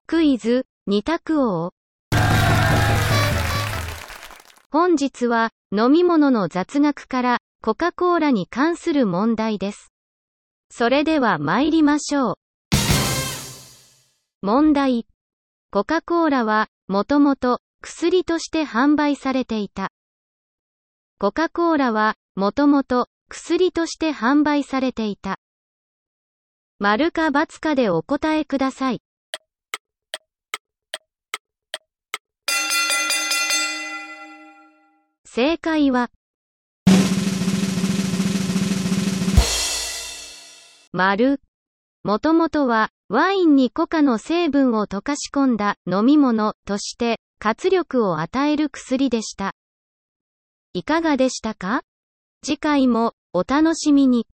クイズ、二択王。本日は、飲み物の雑学から、コカ・コーラに関する問題です。それでは参りましょう。問題。コカ・コーラは、もともと、薬として販売されていた。コカ・コーラは、もともと、薬として販売されていた。丸か×かでお答えください。正解は、丸。もともとは、ワインにコカの成分を溶かし込んだ飲み物として、活力を与える薬でした。いかがでしたか？次回もお楽しみに。